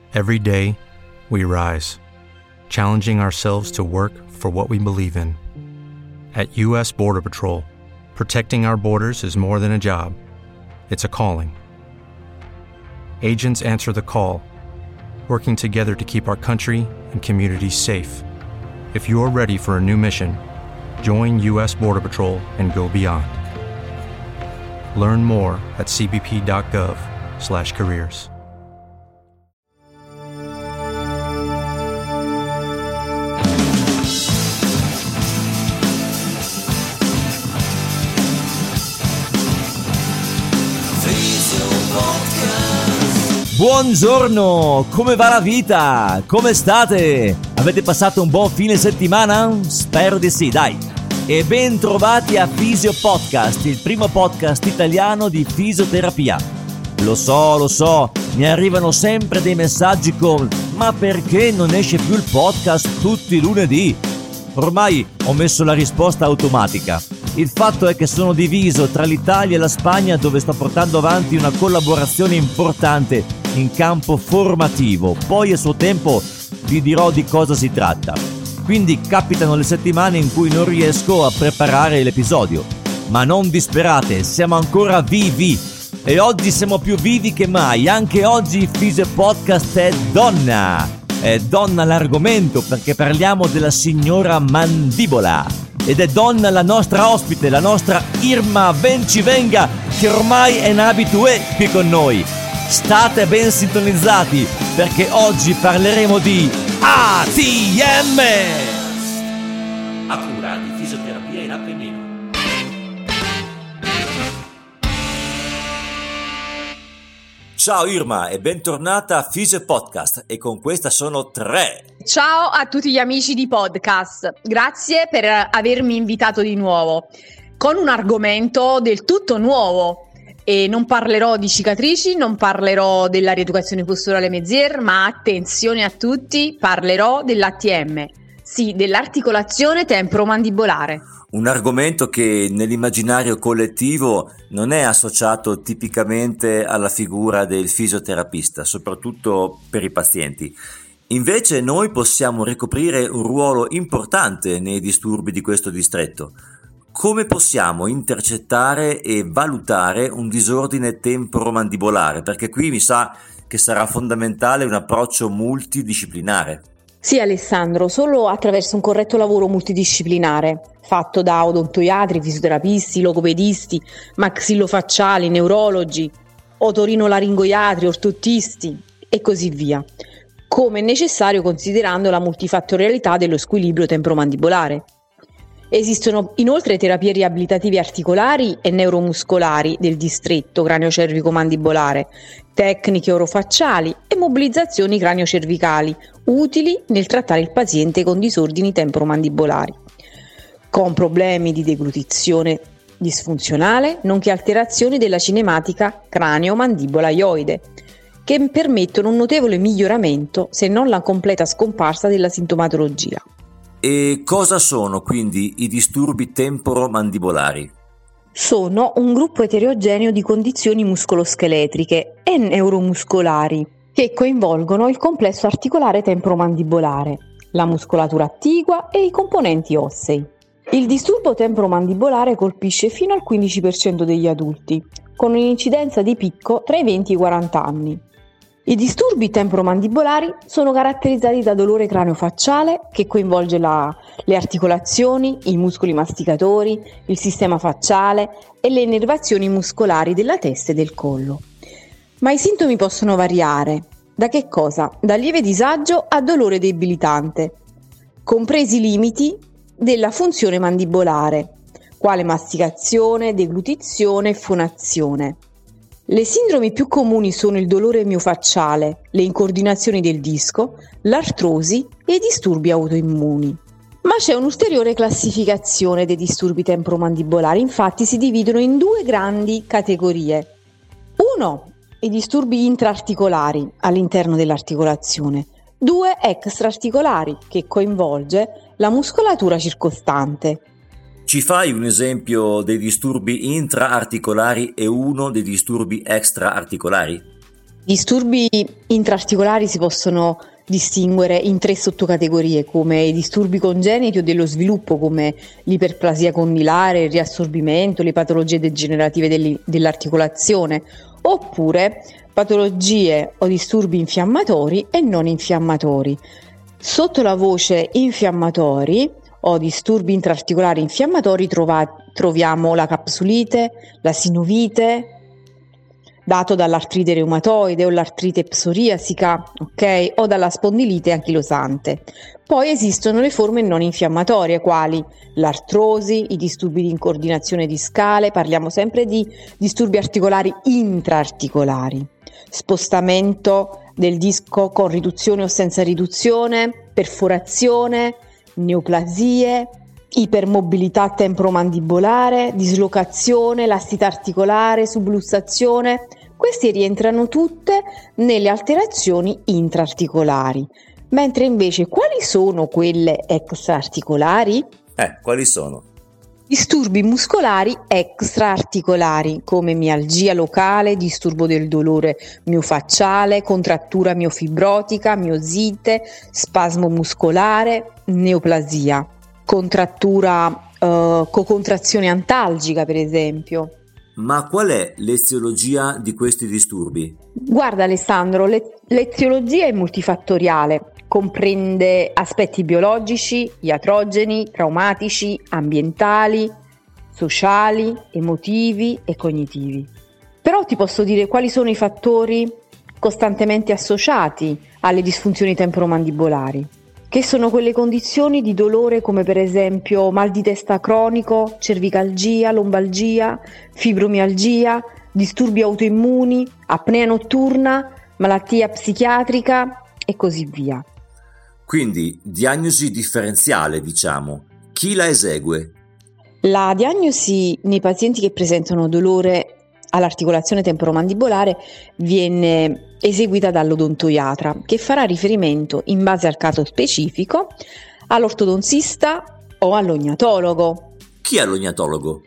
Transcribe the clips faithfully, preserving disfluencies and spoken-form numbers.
Every day, we rise, challenging ourselves to work for what we believe in. At U S Border Patrol, protecting our borders is more than a job. It's a calling. Agents answer the call, working together to keep our country and communities safe. If you're ready for a new mission, join U S Border Patrol and go beyond. Learn more at c b p dot gov slash careers. Buongiorno, come va la vita? Come state? Avete passato un buon fine settimana? Spero di sì, dai! E ben trovati a Fisio Podcast, il primo podcast italiano di fisioterapia. Lo so, lo so, mi arrivano sempre dei messaggi con «Ma perché non esce più il podcast tutti i lunedì?» Ormai ho messo la risposta automatica. Il fatto è che sono diviso tra l'Italia e la Spagna, dove sto portando avanti una collaborazione importante in campo formativo. Poi a suo tempo vi dirò di cosa si tratta. Quindi capitano le settimane in cui non riesco a preparare l'episodio. Ma non disperate, siamo ancora vivi. E oggi siamo più vivi che mai. Anche oggi il Fisio Podcast è donna. È donna l'argomento, perché parliamo della signora Mandibola. Ed è donna la nostra ospite, la nostra Irma Bencivenga, che ormai è un habitué qui con noi. State ben sintonizzati, perché oggi parleremo di A T M, a cura di fisioterapia in Appennino. Ciao Irma e bentornata a Fisio Podcast, e con questa sono tre. Ciao a tutti gli amici di podcast, grazie per avermi invitato di nuovo con un argomento del tutto nuovo. E non parlerò di cicatrici, non parlerò della rieducazione posturale Mézières, ma attenzione a tutti, parlerò dell'A T M, sì, dell'articolazione temporomandibolare. Un argomento che nell'immaginario collettivo non è associato tipicamente alla figura del fisioterapista, soprattutto per i pazienti. Invece noi possiamo ricoprire un ruolo importante nei disturbi di questo distretto. Come possiamo intercettare e valutare un disordine temporomandibolare? Perché qui mi sa che sarà fondamentale un approccio multidisciplinare. Sì Alessandro, solo attraverso un corretto lavoro multidisciplinare, fatto da odontoiatri, fisioterapisti, logopedisti, maxillofacciali, neurologi, otorinolaringoiatri, ortottisti e così via, come è necessario considerando la multifattorialità dello squilibrio temporomandibolare. Esistono inoltre terapie riabilitative articolari e neuromuscolari del distretto cranio-cervico-mandibolare, tecniche orofacciali e mobilizzazioni cranio-cervicali utili nel trattare il paziente con disordini temporomandibolari, con problemi di deglutizione disfunzionale, nonché alterazioni della cinematica cranio-mandibolaioide, che permettono un notevole miglioramento, se non la completa scomparsa della sintomatologia. E cosa sono quindi i disturbi temporomandibolari? Sono un gruppo eterogeneo di condizioni muscoloscheletriche e neuromuscolari che coinvolgono il complesso articolare temporomandibolare, la muscolatura attigua e i componenti ossei. Il disturbo temporomandibolare colpisce fino al quindici per cento degli adulti, con un'incidenza di picco tra i venti e i quaranta anni. I disturbi temporomandibolari sono caratterizzati da dolore cranio-facciale che coinvolge la, le articolazioni, i muscoli masticatori, il sistema facciale e le innervazioni muscolari della testa e del collo. Ma i sintomi possono variare. Da che cosa? Da lieve disagio a dolore debilitante, compresi i limiti della funzione mandibolare, quale masticazione, deglutizione e fonazione. Le sindromi più comuni sono il dolore miofacciale, le incoordinazioni del disco, l'artrosi e i disturbi autoimmuni. Ma c'è un'ulteriore classificazione dei disturbi temporomandibolari, infatti si dividono in due grandi categorie. Uno, i disturbi intraarticolari all'interno dell'articolazione. Due, extraarticolari, che coinvolge la muscolatura circostante. Ci fai un esempio dei disturbi intraarticolari e uno dei disturbi extraarticolari? I disturbi intraarticolari si possono distinguere in tre sottocategorie, come i disturbi congeniti o dello sviluppo, come l'iperplasia condilare, il riassorbimento, le patologie degenerative dell'articolazione, oppure patologie o disturbi infiammatori e non infiammatori. Sotto la voce infiammatori o disturbi intraarticolari infiammatori trova, troviamo la capsulite, la sinovite, dato dall'artrite reumatoide o l'artrite psoriasica, ok? O dalla spondilite anchilosante. Poi esistono le forme non infiammatorie, quali l'artrosi, i disturbi di incoordinazione discale, parliamo sempre di disturbi articolari intraarticolari, spostamento del disco con riduzione o senza riduzione, perforazione, neoplasie, ipermobilità temporomandibolare, dislocazione, lassità articolare, sublussazione. Questi rientrano tutte nelle alterazioni intraarticolari. Mentre invece quali sono quelle extraarticolari? Eh, quali sono? Disturbi muscolari extraarticolari come mialgia locale, disturbo del dolore miofacciale, contrattura miofibrotica, miosite, spasmo muscolare, neoplasia, contrattura, eh, cocontrazione antalgica per esempio. Ma qual è l'eziologia di questi disturbi? Guarda Alessandro, le- l'eziologia è multifattoriale, comprende aspetti biologici, iatrogeni, traumatici, ambientali, sociali, emotivi e cognitivi. Però ti posso dire quali sono i fattori costantemente associati alle disfunzioni temporomandibolari, che sono quelle condizioni di dolore come per esempio mal di testa cronico, cervicalgia, lombalgia, fibromialgia, disturbi autoimmuni, apnea notturna, malattia psichiatrica e così via. Quindi diagnosi differenziale, diciamo. Chi la esegue? La diagnosi nei pazienti che presentano dolore all'articolazione temporomandibolare viene eseguita dall'odontoiatra, che farà riferimento in base al caso specifico all'ortodontista o all'ognatologo. Chi è l'ognatologo?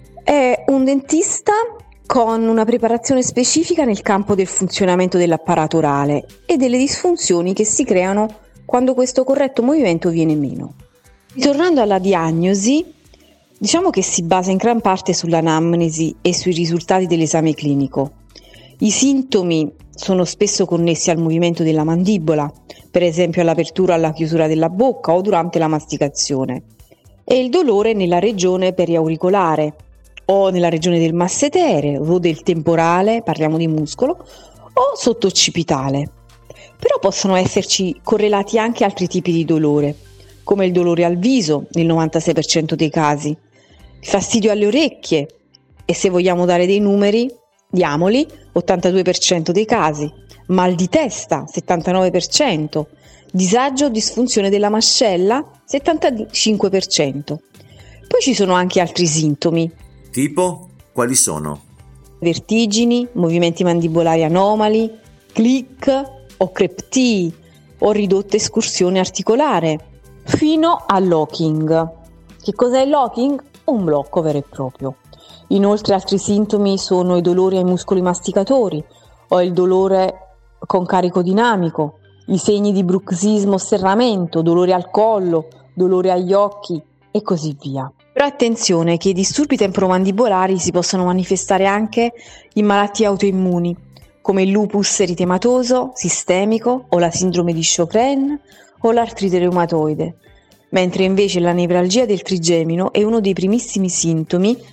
È un dentista con una preparazione specifica nel campo del funzionamento dell'apparato orale e delle disfunzioni che si creano quando questo corretto movimento viene meno. Ritornando alla diagnosi, diciamo che si basa in gran parte sull'anamnesi e sui risultati dell'esame clinico. I sintomi sono spesso connessi al movimento della mandibola, per esempio all'apertura o alla chiusura della bocca o durante la masticazione, e il dolore nella regione periauricolare o nella regione del massetere o del temporale, parliamo di muscolo, o sottooccipitale. Però possono esserci correlati anche altri tipi di dolore, come il dolore al viso nel novantasei per cento dei casi, il fastidio alle orecchie e, se vogliamo dare dei numeri, diamoli, ottantadue per cento dei casi, mal di testa settantanove per cento, disagio o disfunzione della mascella settantacinque per cento. Poi ci sono anche altri sintomi. Tipo? Quali sono? Vertigini, movimenti mandibolari anomali, click o creptii o ridotta escursione articolare, fino al locking. Che cos'è il locking? Un blocco vero e proprio. Inoltre altri sintomi sono i dolori ai muscoli masticatori o il dolore con carico dinamico, i segni di bruxismo o serramento, dolore al collo, dolore agli occhi e così via. Però attenzione che i disturbi temporomandibolari si possono manifestare anche in malattie autoimmuni, come il lupus eritematoso sistemico o la sindrome di Sjögren o l'artrite reumatoide, mentre invece la nevralgia del trigemino è uno dei primissimi sintomi,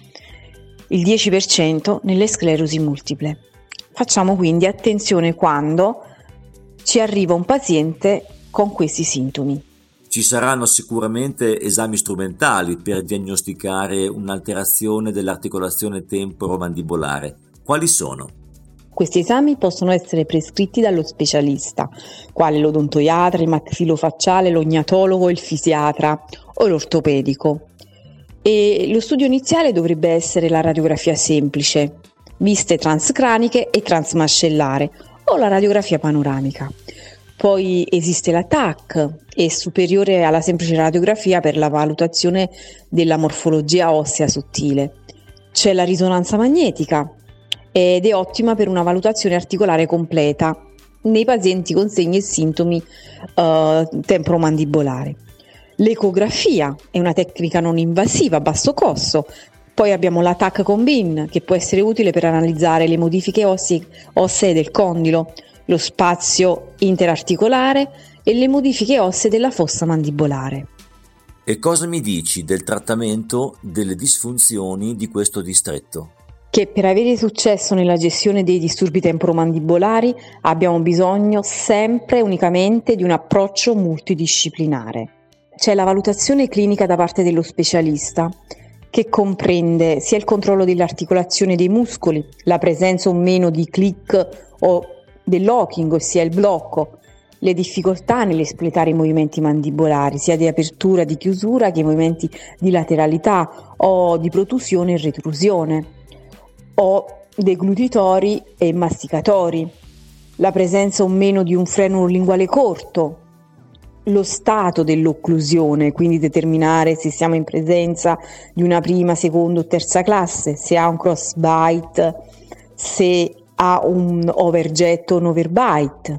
il dieci per cento, nelle sclerosi multiple. Facciamo quindi attenzione quando ci arriva un paziente con questi sintomi. Ci saranno sicuramente esami strumentali per diagnosticare un'alterazione dell'articolazione temporomandibolare. Quali sono? Questi esami possono essere prescritti dallo specialista, quale l'odontoiatra, il maxillofacciale, l'ognatologo, il fisiatra o l'ortopedico. E lo studio iniziale dovrebbe essere la radiografia semplice, viste transcraniche e transmascellare, o la radiografia panoramica. Poi esiste la T A C, è superiore alla semplice radiografia per la valutazione della morfologia ossea sottile. C'è la risonanza magnetica ed è ottima per una valutazione articolare completa nei pazienti con segni e sintomi eh, temporomandibolari. L'ecografia è una tecnica non invasiva a basso costo. Poi abbiamo la T A C con B I N, che può essere utile per analizzare le modifiche ossee, ossee del condilo, lo spazio interarticolare e le modifiche ossee della fossa mandibolare. E cosa mi dici del trattamento delle disfunzioni di questo distretto? Che per avere successo nella gestione dei disturbi temporomandibolari abbiamo bisogno sempre unicamente di un approccio multidisciplinare. C'è la valutazione clinica da parte dello specialista, che comprende sia il controllo dell'articolazione dei muscoli, la presenza o meno di click o del locking, ossia il blocco, le difficoltà nell'espletare i movimenti mandibolari, sia di apertura e di chiusura che i movimenti di lateralità o di protusione e retrusione, o deglutitori e masticatori, la presenza o meno di un freno linguale corto, lo stato dell'occlusione, quindi determinare se siamo in presenza di una prima, seconda o terza classe, se ha un crossbite, se ha un overjet o un overbite.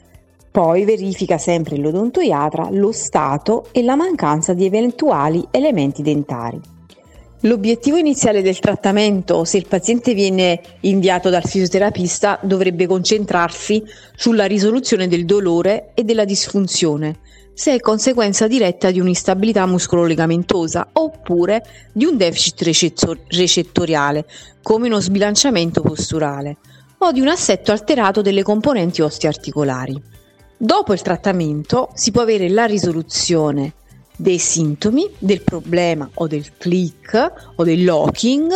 Poi verifica sempre l'odontoiatra lo stato e la mancanza di eventuali elementi dentari. L'obiettivo iniziale del trattamento, se il paziente viene inviato dal fisioterapista, dovrebbe concentrarsi sulla risoluzione del dolore e della disfunzione, se è conseguenza diretta di un'instabilità muscolo-legamentosa oppure di un deficit recettoriale, come uno sbilanciamento posturale, o di un assetto alterato delle componenti osteoarticolari. Dopo il trattamento si può avere la risoluzione dei sintomi, del problema o del click o del locking,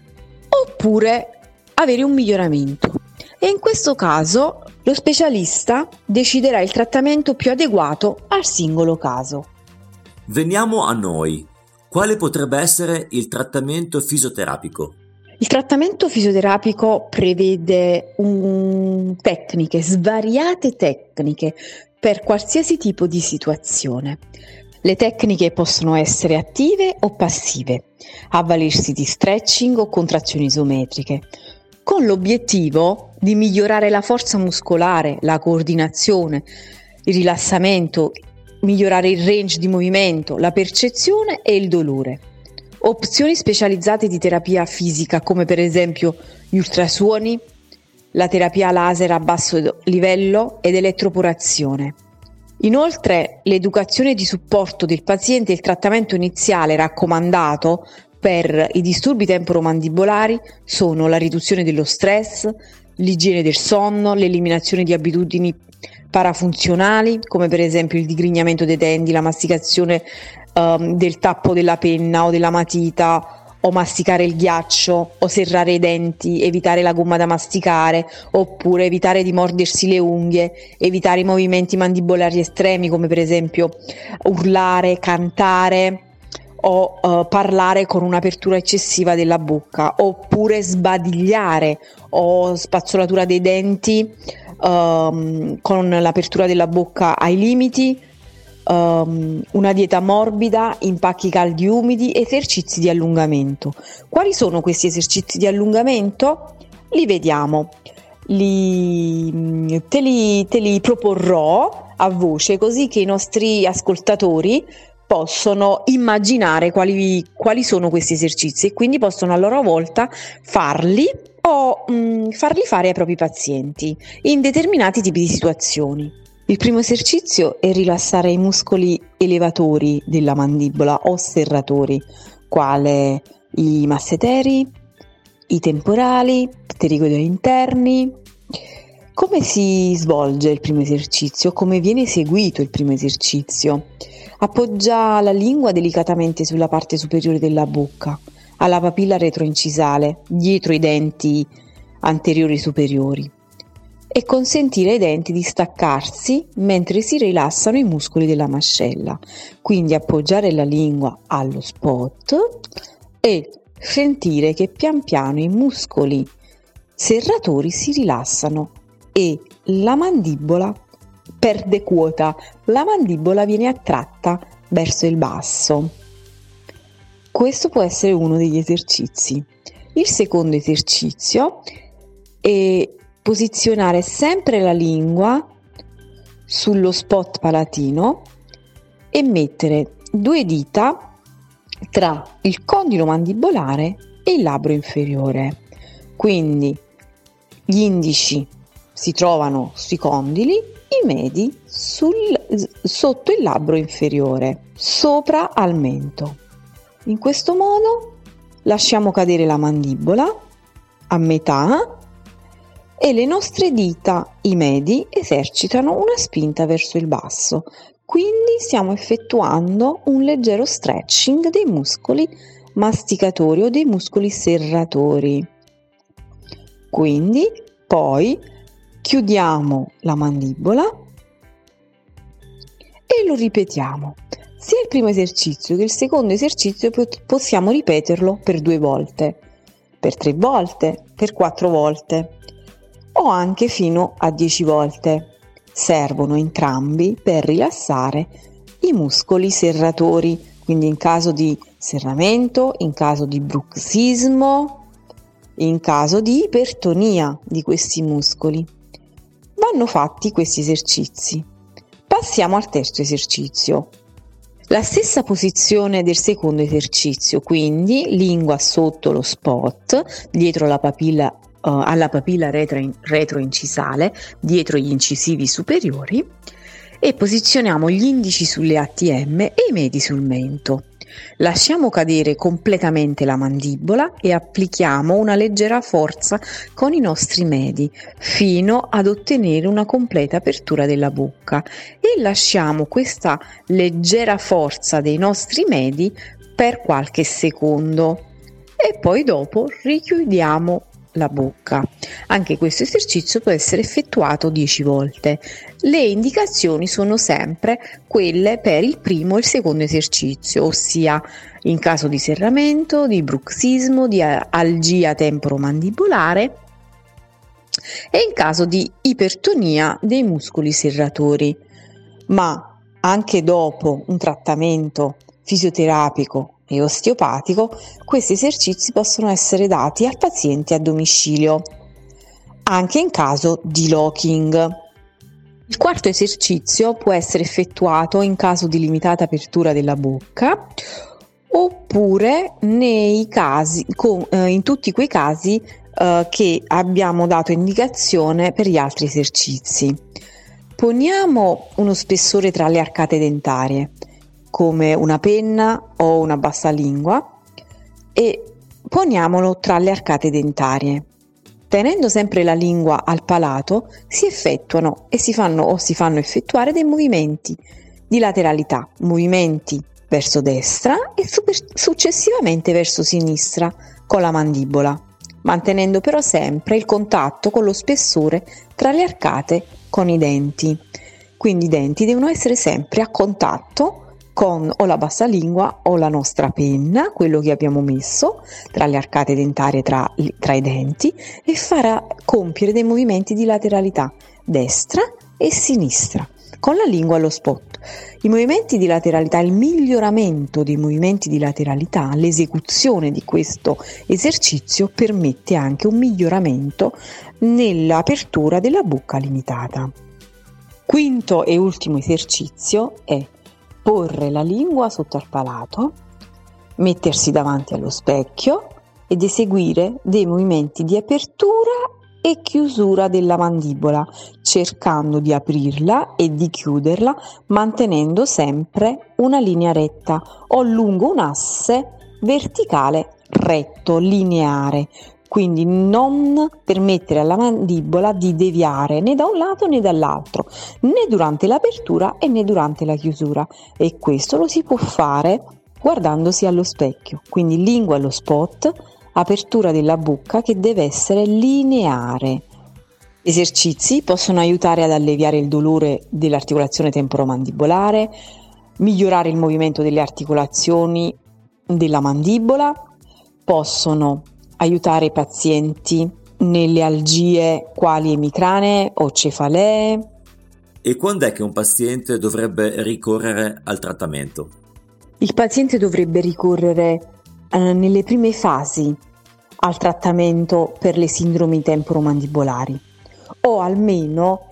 oppure avere un miglioramento. E in questo caso lo specialista deciderà il trattamento più adeguato al singolo caso. Veniamo a noi. Quale potrebbe essere il trattamento fisioterapico? Il trattamento fisioterapico prevede un... tecniche, svariate tecniche per qualsiasi tipo di situazione. Le tecniche possono essere attive o passive, avvalersi di stretching o contrazioni isometriche, con l'obiettivo di migliorare la forza muscolare, la coordinazione, il rilassamento, migliorare il range di movimento, la percezione e il dolore. Opzioni specializzate di terapia fisica come per esempio gli ultrasuoni, la terapia laser a basso livello ed elettroporazione. Inoltre, l'educazione di supporto del paziente e il trattamento iniziale raccomandato per i disturbi temporomandibolari sono la riduzione dello stress, l'igiene del sonno, l'eliminazione di abitudini parafunzionali come per esempio il digrignamento dei denti, la masticazione um, del tappo della penna o della matita, o masticare il ghiaccio, o serrare i denti, evitare la gomma da masticare, oppure evitare di mordersi le unghie, evitare i movimenti mandibolari estremi come per esempio urlare, cantare o uh, parlare con un'apertura eccessiva della bocca, oppure sbadigliare o spazzolatura dei denti um, con l'apertura della bocca ai limiti, Um, una dieta morbida, impacchi caldi umidi, esercizi di allungamento. Quali sono questi esercizi di allungamento? Li vediamo, li, te, li, te li proporrò a voce così che i nostri ascoltatori possono immaginare quali, quali sono questi esercizi e quindi possono a loro volta farli o mh, farli fare ai propri pazienti in determinati tipi di situazioni. Il primo esercizio è rilassare i muscoli elevatori della mandibola o serratori, quale i masseteri, i temporali, pterigoidi interni. Come si svolge il primo esercizio? Come viene eseguito il primo esercizio? Appoggia la lingua delicatamente sulla parte superiore della bocca, alla papilla retroincisale, dietro i denti anteriori superiori, e consentire ai denti di staccarsi mentre si rilassano i muscoli della mascella. Quindi appoggiare la lingua allo spot e sentire che pian piano i muscoli serratori si rilassano e la mandibola perde quota, la mandibola viene attratta verso il basso. Questo può essere uno degli esercizi. Il secondo esercizio e posizionare sempre la lingua sullo spot palatino e mettere due dita tra il condilo mandibolare e il labbro inferiore. Quindi gli indici si trovano sui condili, i medi sul, sotto il labbro inferiore, sopra al mento. In questo modo lasciamo cadere la mandibola a metà e le nostre dita, i medi, esercitano una spinta verso il basso. Quindi stiamo effettuando un leggero stretching dei muscoli masticatori o dei muscoli serratori. Quindi poi chiudiamo la mandibola e lo ripetiamo. Sia il primo esercizio che il secondo esercizio possiamo ripeterlo per due volte, per tre volte, per quattro volte o anche fino a dieci volte. Servono entrambi per rilassare i muscoli serratori, quindi in caso di serramento, in caso di bruxismo, in caso di ipertonia di questi muscoli. Vanno fatti questi esercizi. Passiamo al terzo esercizio. La stessa posizione del secondo esercizio, quindi lingua sotto lo spot, dietro la papilla Uh, alla papilla retro, retroincisale, dietro gli incisivi superiori, e posizioniamo gli indici sulle A T M e i medi sul mento. Lasciamo cadere completamente la mandibola e applichiamo una leggera forza con i nostri medi fino ad ottenere una completa apertura della bocca e lasciamo questa leggera forza dei nostri medi per qualche secondo e poi dopo richiudiamo la bocca. Anche questo esercizio può essere effettuato dieci volte. Le indicazioni sono sempre quelle per il primo e il secondo esercizio, ossia in caso di serramento, di bruxismo, di algia temporomandibolare e in caso di ipertonia dei muscoli serratori. Ma anche dopo un trattamento fisioterapico e osteopatico, questi esercizi possono essere dati al paziente a domicilio, anche in caso di locking. Il quarto esercizio può essere effettuato in caso di limitata apertura della bocca oppure nei casi, con, eh, in tutti quei casi eh, che abbiamo dato indicazione per gli altri esercizi. Poniamo uno spessore tra le arcate dentarie, come una penna o una bassalingua, e poniamolo tra le arcate dentarie. Tenendo sempre la lingua al palato, si effettuano e si fanno o si fanno effettuare dei movimenti di lateralità, movimenti verso destra e super, successivamente verso sinistra con la mandibola, mantenendo però sempre il contatto con lo spessore tra le arcate con i denti. Quindi i denti devono essere sempre a contatto con o la bassalingua o la nostra penna, quello che abbiamo messo tra le arcate dentarie tra, tra i denti, e farà compiere dei movimenti di lateralità destra e sinistra con la lingua allo spot. I movimenti di lateralità, il miglioramento dei movimenti di lateralità, l'esecuzione di questo esercizio permette anche un miglioramento nell'apertura della bocca limitata. Quinto e ultimo esercizio è porre la lingua sotto al palato, mettersi davanti allo specchio ed eseguire dei movimenti di apertura e chiusura della mandibola, cercando di aprirla e di chiuderla, mantenendo sempre una linea retta o lungo un asse verticale retto, lineare. Quindi non permettere alla mandibola di deviare né da un lato né dall'altro, né durante l'apertura e né durante la chiusura, e questo lo si può fare guardandosi allo specchio. Quindi lingua allo spot, apertura della bocca che deve essere lineare. Esercizi possono aiutare ad alleviare il dolore dell'articolazione temporomandibolare, migliorare il movimento delle articolazioni della mandibola, possono aiutare i pazienti nelle algie quali emicranee o cefalee. E quando è che un paziente dovrebbe ricorrere al trattamento? Il paziente dovrebbe ricorrere eh, nelle prime fasi al trattamento per le sindromi temporomandibolari, o almeno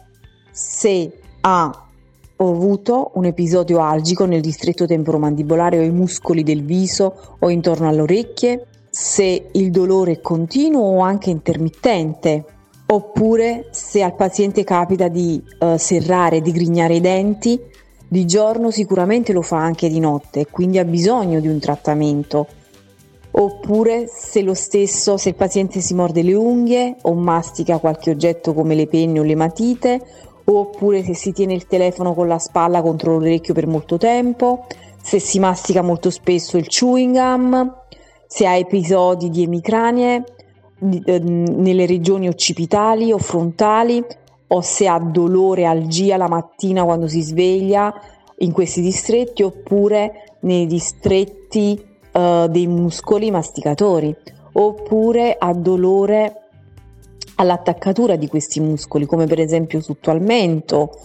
se ha avuto un episodio algico nel distretto temporomandibolare o ai muscoli del viso o intorno alle orecchie, se il dolore è continuo o anche intermittente, oppure se al paziente capita di uh, serrare, digrignare i denti. Di giorno sicuramente lo fa anche di notte e quindi ha bisogno di un trattamento. Oppure se lo stesso, se il paziente si morde le unghie o mastica qualche oggetto come le penne o le matite, oppure se si tiene il telefono con la spalla contro l'orecchio per molto tempo, se si mastica molto spesso il chewing gum, se ha episodi di emicranie eh, nelle regioni occipitali o frontali, o se ha dolore, algia la mattina quando si sveglia in questi distretti, oppure nei distretti uh, dei muscoli masticatori, oppure ha dolore all'attaccatura di questi muscoli, come per esempio sotto al mento,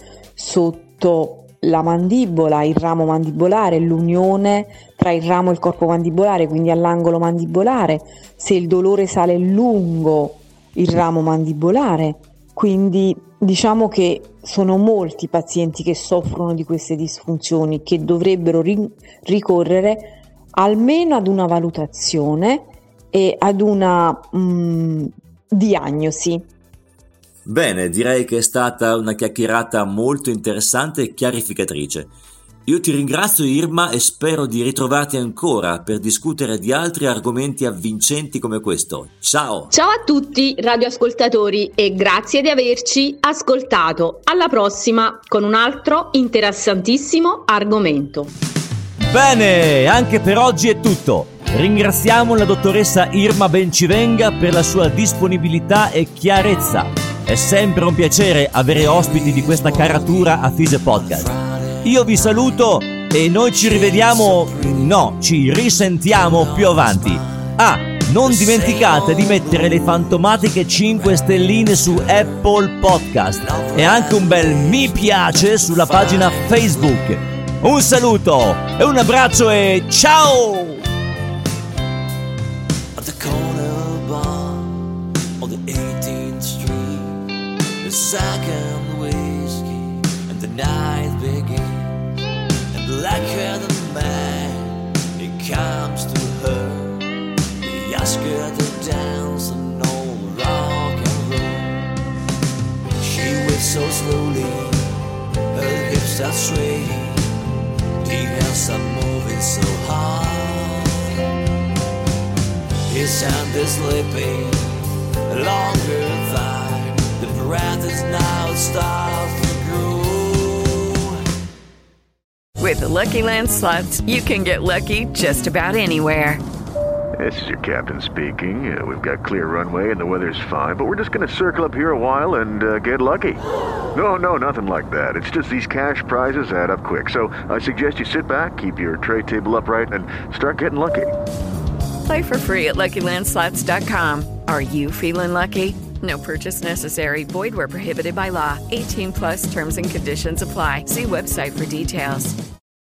sotto la mandibola, il ramo mandibolare, l'unione tra il ramo e il corpo mandibolare, quindi all'angolo mandibolare, se il dolore sale lungo il ramo mandibolare. Quindi diciamo che sono molti pazienti che soffrono di queste disfunzioni, che dovrebbero ri- ricorrere almeno ad una valutazione e ad una mh, diagnosi. Bene, direi che è stata una chiacchierata molto interessante e chiarificatrice. Io ti ringrazio Irma e spero di ritrovarti ancora per discutere di altri argomenti avvincenti come questo. Ciao! Ciao a tutti radioascoltatori e grazie di averci ascoltato. Alla prossima con un altro interessantissimo argomento. Bene, anche per oggi è tutto. Ringraziamo la dottoressa Irma Bencivenga per la sua disponibilità e chiarezza. È sempre un piacere avere ospiti di questa caratura a Fise Podcast. Io vi saluto e noi ci rivediamo, no, ci risentiamo più avanti. Ah, non dimenticate di mettere le fantomatiche cinque stelline su Apple Podcast e anche un bel mi piace sulla pagina Facebook. Un saluto e un abbraccio e ciao! Blacker than man, it comes to her. He asks her to dance an old rock and roll. She waits so slowly, her hips are swaying, the hands are moving so hard. His hand is slipping along her thigh. The breath is now starts to grow. With the Lucky Land Slots, you can get lucky just about anywhere. This is your captain speaking. Uh, we've got clear runway and the weather's fine, but we're just going to circle up here a while and uh, get lucky. No, no, nothing like that. It's just these cash prizes add up quick. So I suggest you sit back, keep your tray table upright, and start getting lucky. Play for free at Lucky Land Slots dot com. Are you feeling lucky? No purchase necessary. Void where prohibited by law. eighteen plus terms and conditions apply. See website for details.